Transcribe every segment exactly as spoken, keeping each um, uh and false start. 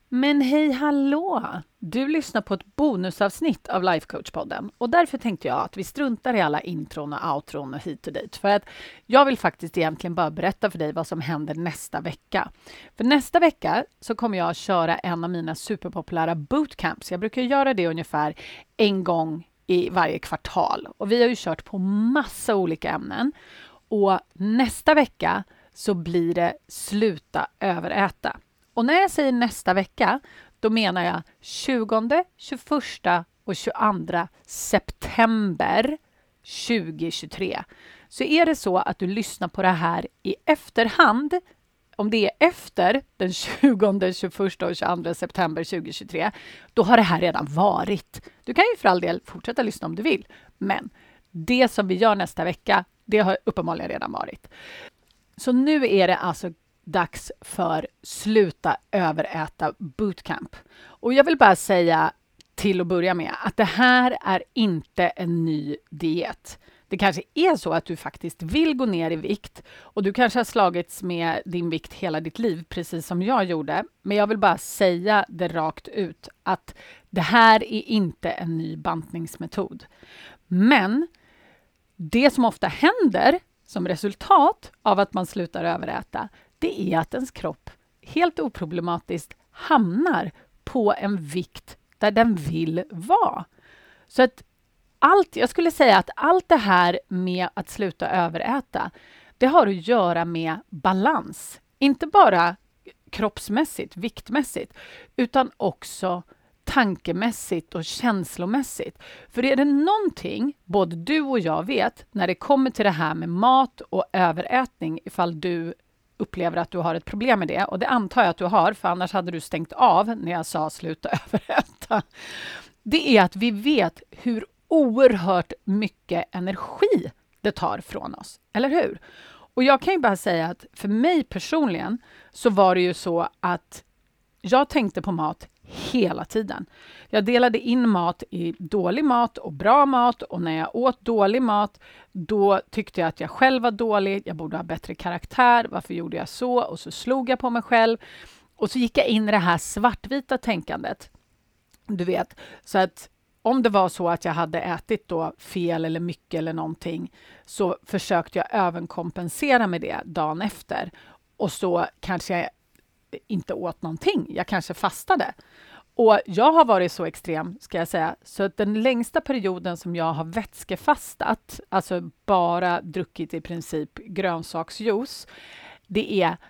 Men hej hallå! Du lyssnar på ett bonusavsnitt av Lifecoach-podden och därför tänkte jag att vi struntar i alla intron och outron och hit och dit. För att jag vill faktiskt egentligen bara berätta för dig vad som händer nästa vecka. För nästa vecka så kommer jag att köra en av mina superpopulära bootcamps. Jag brukar göra det ungefär en gång i varje kvartal och vi har ju kört på massa olika ämnen. Och nästa vecka så blir det sluta överäta. Och när jag säger nästa vecka, då menar jag tjugonde, tjugoförsta och tjugoandra september tjugohundratjugotre. Så är det så att du lyssnar på det här i efterhand, om det är efter den tjugonde, tjugoförsta och tjugoandra september tjugohundratjugotre, då har det här redan varit. Du kan ju för all del fortsätta lyssna om du vill, men det som vi gör nästa vecka, det har uppenbarligen redan varit. Så nu är det alltså dags för sluta överäta bootcamp. Och jag vill bara säga till att börja med att det här är inte en ny diet. Det kanske är så att du faktiskt vill gå ner i vikt och du kanske har slagits med din vikt hela ditt liv, precis som jag gjorde. Men jag vill bara säga det rakt ut att det här är inte en ny bantningsmetod. Men det som ofta händer som resultat av att man slutar överäta, det är att ens kropp helt oproblematiskt hamnar på en vikt där den vill vara. Så att allt, jag skulle säga att allt det här med att sluta överäta, det har att göra med balans. Inte bara kroppsmässigt, viktmässigt, utan också tankemässigt och känslomässigt. För är det någonting både du och jag vet när det kommer till det här med mat och överätning, ifall du upplever att du har ett problem med det, och det antar jag att du har, för annars hade du stängt av när jag sa sluta överäta. Det är att vi vet hur oerhört mycket energi det tar från oss, eller hur? Och jag kan ju bara säga att för mig personligen så var det ju så att jag tänkte på mat hela tiden. Jag delade in mat i dålig mat och bra mat, och när jag åt dålig mat då tyckte jag att jag själv var dålig, jag borde ha bättre karaktär, varför gjorde jag så? Och så slog jag på mig själv och så gick jag in i det här svartvita tänkandet. Du vet, så att om det var så att jag hade ätit då fel eller mycket eller någonting, så försökte jag överkompensera med det dagen efter, och så kanske jag inte åt någonting. Jag kanske fastade. Och jag har varit så extrem, ska jag säga, så att den längsta perioden som jag har vätskefastat, alltså bara druckit i princip grönsaksjuice, det är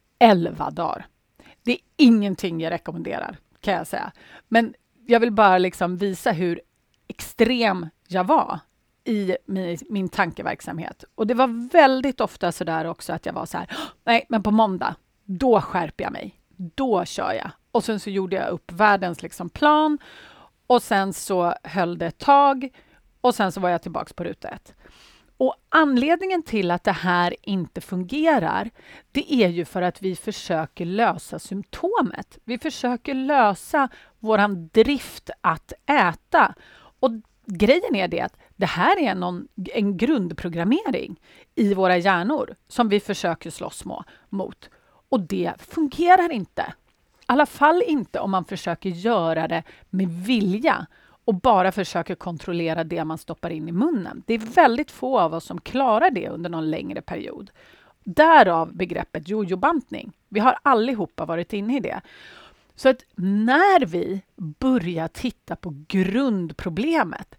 elva dagar. Det är ingenting jag rekommenderar, kan jag säga. Men jag vill bara liksom visa hur extrem jag var i min, min tankeverksamhet. Och det var väldigt ofta så där också att jag var så här, nej, men på måndag, då skärper jag mig. Då kör jag. Och sen så gjorde jag upp världens liksom plan. Och sen så höll det ett tag. Och sen så var jag tillbaka på ruta ett. Och anledningen till att det här inte fungerar, det är ju för att vi försöker lösa symptomet. Vi försöker lösa våran drift att äta. Och grejen är det att det här är någon, en grundprogrammering i våra hjärnor som vi försöker slåss mot. Och det fungerar inte. I alla fall inte om man försöker göra det med vilja och bara försöker kontrollera det man stoppar in i munnen. Det är väldigt få av oss som klarar det under någon längre period. Därav begreppet jojobantning. Vi har allihopa varit inne i det. Så att när vi börjar titta på grundproblemet,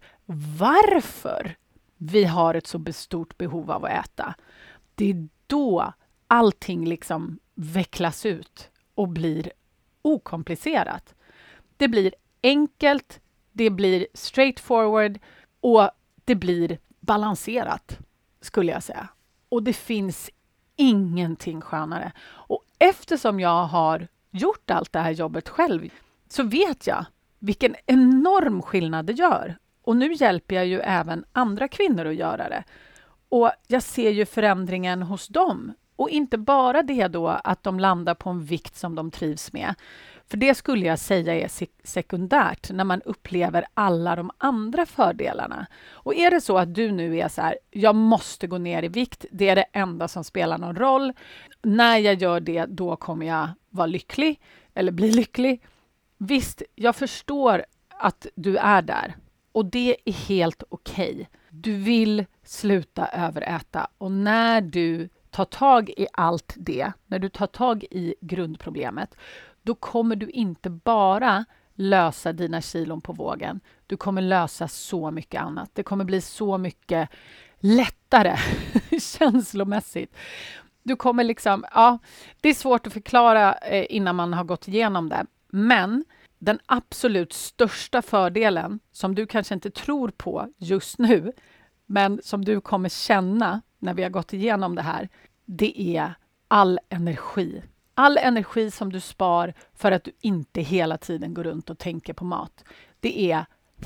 varför vi har ett så stort behov av att äta, det är då allting liksom vecklas ut och blir okomplicerat. Det blir enkelt, det blir straightforward och det blir balanserat, skulle jag säga. Och det finns ingenting skönare. Och eftersom jag har gjort allt det här jobbet själv, så vet jag vilken enorm skillnad det gör. Och nu hjälper jag ju även andra kvinnor att göra det. Och jag ser ju förändringen hos dem. Och inte bara det då att de landar på en vikt som de trivs med. För det skulle jag säga är sekundärt när man upplever alla de andra fördelarna. Och är det så att du nu är så här, jag måste gå ner i vikt, det är det enda som spelar någon roll. När jag gör det, då kommer jag vara lycklig eller bli lycklig. Visst, jag förstår att du är där och det är helt okej. Du vill sluta överäta och när du tar tag i allt det, när du tar tag i grundproblemet, då kommer du inte bara lösa dina kilon på vågen. Du kommer lösa så mycket annat. Det kommer bli så mycket lättare känslomässigt. Du kommer liksom, ja, det är svårt att förklara eh, innan man har gått igenom det. Men den absolut största fördelen som du kanske inte tror på just nu, men som du kommer känna när vi har gått igenom det här, det är all energi. All energi som du spar för att du inte hela tiden går runt och tänker på mat. Det är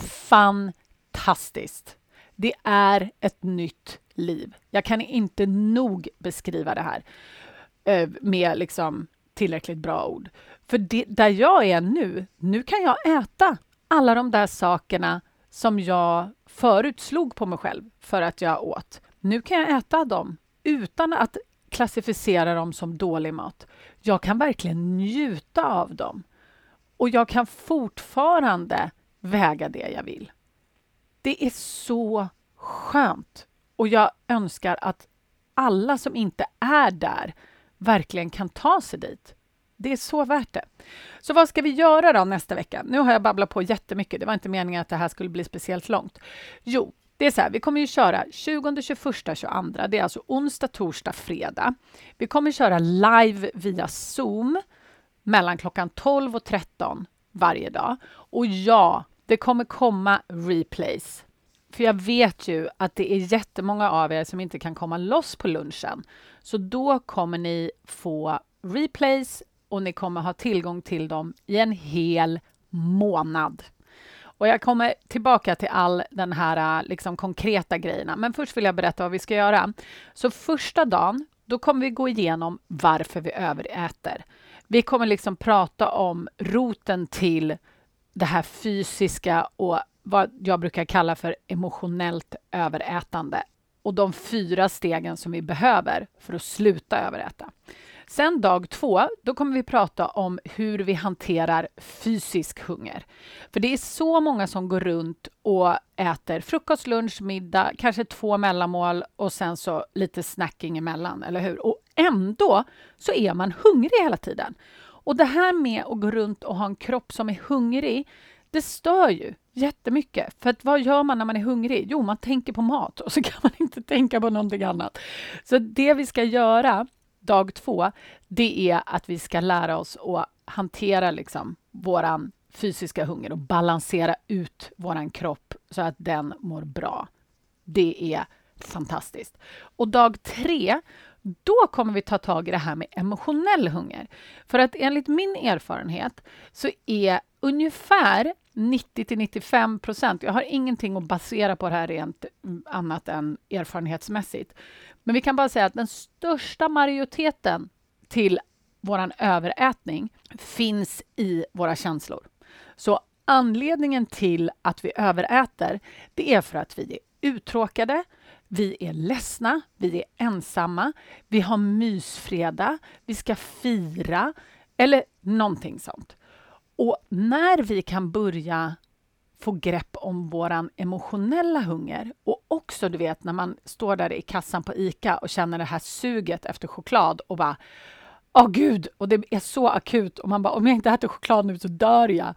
fantastiskt. Det är ett nytt liv. Jag kan inte nog beskriva det här eh, med liksom tillräckligt bra ord. För det, där jag är nu, nu kan jag äta alla de där sakerna som jag förut slog på mig själv för att jag åt. Nu kan jag äta dem utan att klassificera dem som dålig mat. Jag kan verkligen njuta av dem. Och jag kan fortfarande väga det jag vill. Det är så skönt. Och jag önskar att alla som inte är där verkligen kan ta sig dit. Det är så värt det. Så vad ska vi göra då nästa vecka? Nu har jag babblat på jättemycket. Det var inte meningen att det här skulle bli speciellt långt. Jo, det är så här. Vi kommer ju köra tjugonde, tjugoförsta, tjugoandra. Det är alltså onsdag, torsdag, fredag. Vi kommer köra live via Zoom mellan klockan tolv och tretton varje dag. Och ja, det kommer komma replays. För jag vet ju att det är jättemånga av er som inte kan komma loss på lunchen. Så då kommer ni få replays och ni kommer ha tillgång till dem i en hel månad. Och jag kommer tillbaka till all den här liksom konkreta grejerna. Men först vill jag berätta vad vi ska göra. Så första dagen, då kommer vi gå igenom varför vi överäter. Vi kommer liksom prata om roten till det här fysiska och vad jag brukar kalla för emotionellt överätande. Och de fyra stegen som vi behöver för att sluta överäta. Sen dag två, då kommer vi prata om hur vi hanterar fysisk hunger. För det är så många som går runt och äter frukost, lunch, middag, kanske två mellanmål och sen så lite snacking emellan, eller hur? Och ändå så är man hungrig hela tiden. Och det här med att gå runt och ha en kropp som är hungrig, det stör ju jättemycket. För att vad gör man när man är hungrig? Jo, man tänker på mat och så kan man inte tänka på någonting annat. Så det vi ska göra dag två, det är att vi ska lära oss att hantera liksom våran fysiska hunger och balansera ut våran kropp så att den mår bra. Det är fantastiskt. Och dag tre, då kommer vi ta tag i det här med emotionell hunger. För att enligt min erfarenhet så är ungefär nittio till nittiofem procent, jag har ingenting att basera på det här rent annat än erfarenhetsmässigt. Men vi kan bara säga att den största majoriteten till våran överätning finns i våra känslor. Så anledningen till att vi överäter, det är för att vi är uttråkade, vi är ledsna, vi är ensamma, vi har mysfredag, vi ska fira eller någonting sånt. Och när vi kan börja få grepp om våran emotionella hunger och också, du vet, när man står där i kassan på ICA och känner det här suget efter choklad och bara, åh gud, och det är så akut och man bara, om jag inte äter choklad nu så dör jag.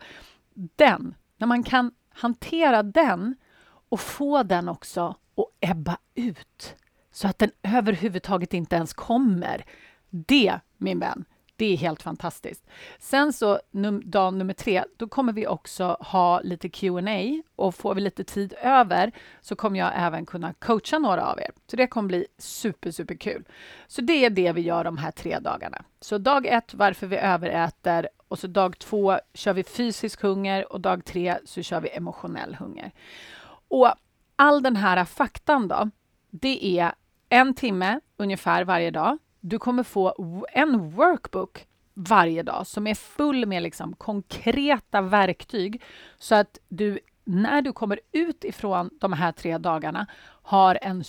Den, när man kan hantera den och få den också att ebba ut så att den överhuvudtaget inte ens kommer. Det, min vän, det är helt fantastiskt. Sen så num- dag nummer tre, då kommer vi också ha lite Q and A och får vi lite tid över så kommer jag även kunna coacha några av er. Så det kommer bli super, super kul. Så det är det vi gör de här tre dagarna. Så dag ett, varför vi överäter, och så dag två kör vi fysisk hunger och dag tre så kör vi emotionell hunger. Och all den här faktan då, det är en timme ungefär varje dag. Du kommer få en workbook varje dag som är full med liksom konkreta verktyg så att du när du kommer ut ifrån de här tre dagarna har en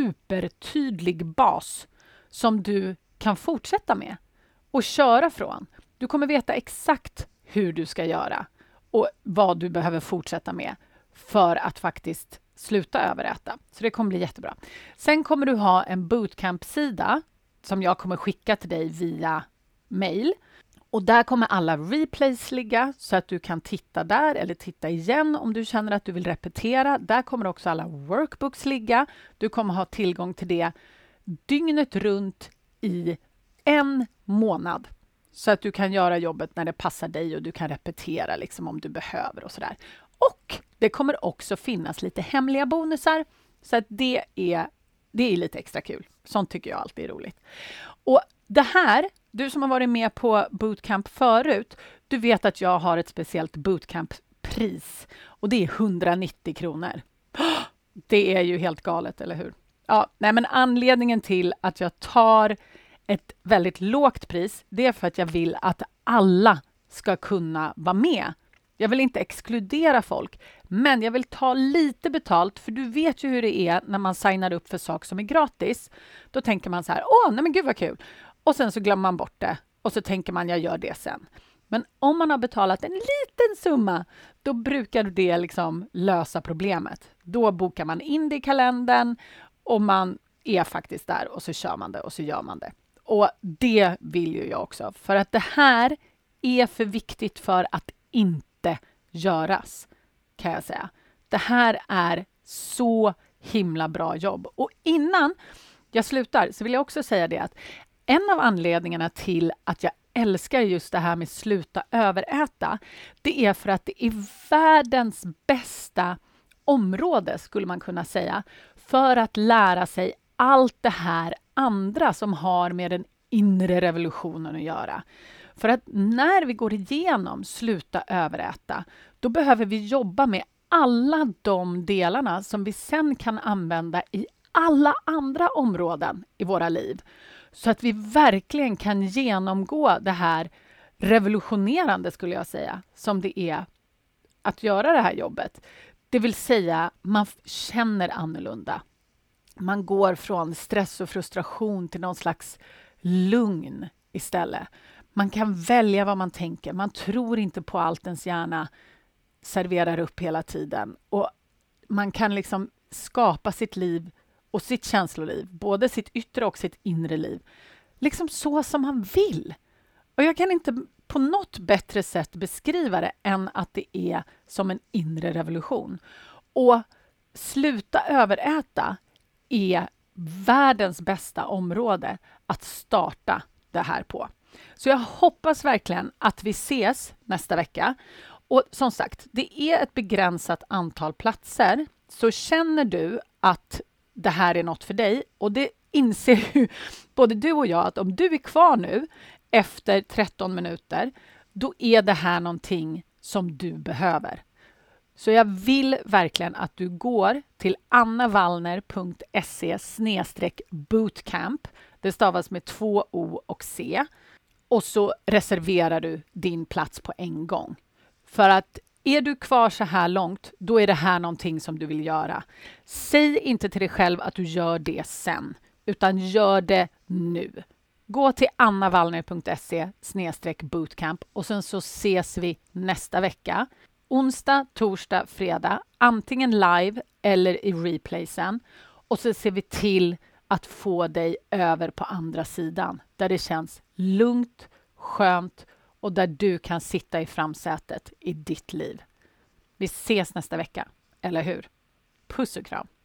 supertydlig bas som du kan fortsätta med och köra från. Du kommer veta exakt hur du ska göra och vad du behöver fortsätta med för att faktiskt sluta överäta. Så det kommer bli jättebra. Sen kommer du ha en bootcamp-sida som jag kommer skicka till dig via mail. Och där kommer alla replays ligga så att du kan titta där eller titta igen om du känner att du vill repetera. Där kommer också alla workbooks ligga. Du kommer ha tillgång till det dygnet runt i en månad. Så att du kan göra jobbet när det passar dig och du kan repetera liksom om du behöver och sådär. Och det kommer också finnas lite hemliga bonusar. Så att det är, det är lite extra kul. Sånt tycker jag alltid är roligt. Och det här, du som har varit med på bootcamp förut, du vet att jag har ett speciellt bootcamp-pris. Och det är hundranittio kronor. Det är ju helt galet, eller hur? Ja, nej, men anledningen till att jag tar ett väldigt lågt pris, det är för att jag vill att alla ska kunna vara med. Jag vill inte exkludera folk, men jag vill ta lite betalt, för du vet ju hur det är när man signar upp för saker som är gratis. Då tänker man så här, åh, nej men gud vad kul. Och sen så glömmer man bort det och så tänker man, jag gör det sen. Men om man har betalat en liten summa, då brukar det liksom lösa problemet. Då bokar man in det i kalendern och man är faktiskt där och så kör man det och så gör man det. Och det vill ju jag också, för att det här är för viktigt för att inte göras, kan jag säga. Det här är så himla bra jobb. Och innan jag slutar så vill jag också säga det att en av anledningarna till att jag älskar just det här med sluta överäta, det är för att det är världens bästa område, skulle man kunna säga, för att lära sig allt det här andra som har med den inre revolutionen att göra. För att när vi går igenom sluta överäta, då behöver vi jobba med alla de delarna som vi sen kan använda i alla andra områden i våra liv. Så att vi verkligen kan genomgå det här revolutionerande, skulle jag säga, som det är att göra det här jobbet. Det vill säga, man känner annorlunda. Man går från stress och frustration till någon slags lugn istället. Man kan välja vad man tänker. Man tror inte på allt ens hjärna serverar upp hela tiden. Och man kan liksom skapa sitt liv och sitt känsloliv, både sitt yttre och sitt inre liv, liksom så som man vill. Och jag kan inte på något bättre sätt beskriva det än att det är som en inre revolution. Och sluta överäta är världens bästa område att starta det här på. Så jag hoppas verkligen att vi ses nästa vecka. Och som sagt, det är ett begränsat antal platser. Så känner du att det här är något för dig, och det inser ju både du och jag att om du är kvar nu efter tretton minuter, då är det här någonting som du behöver. Så jag vill verkligen att du går till annavallner punkt se snedstreck bootcamp. Det stavas med två O och C. Och så reserverar du din plats på en gång. För att är du kvar så här långt, då är det här någonting som du vill göra. Säg inte till dig själv att du gör det sen, utan gör det nu. Gå till annavallner punkt se snedstreck bootcamp och sen så ses vi nästa vecka. Onsdag, torsdag, fredag, antingen live eller i replaysen. Och så ser vi till att få dig över på andra sidan, där det känns lugnt, skönt och där du kan sitta i framsätet i ditt liv. Vi ses nästa vecka, eller hur? Puss och kram!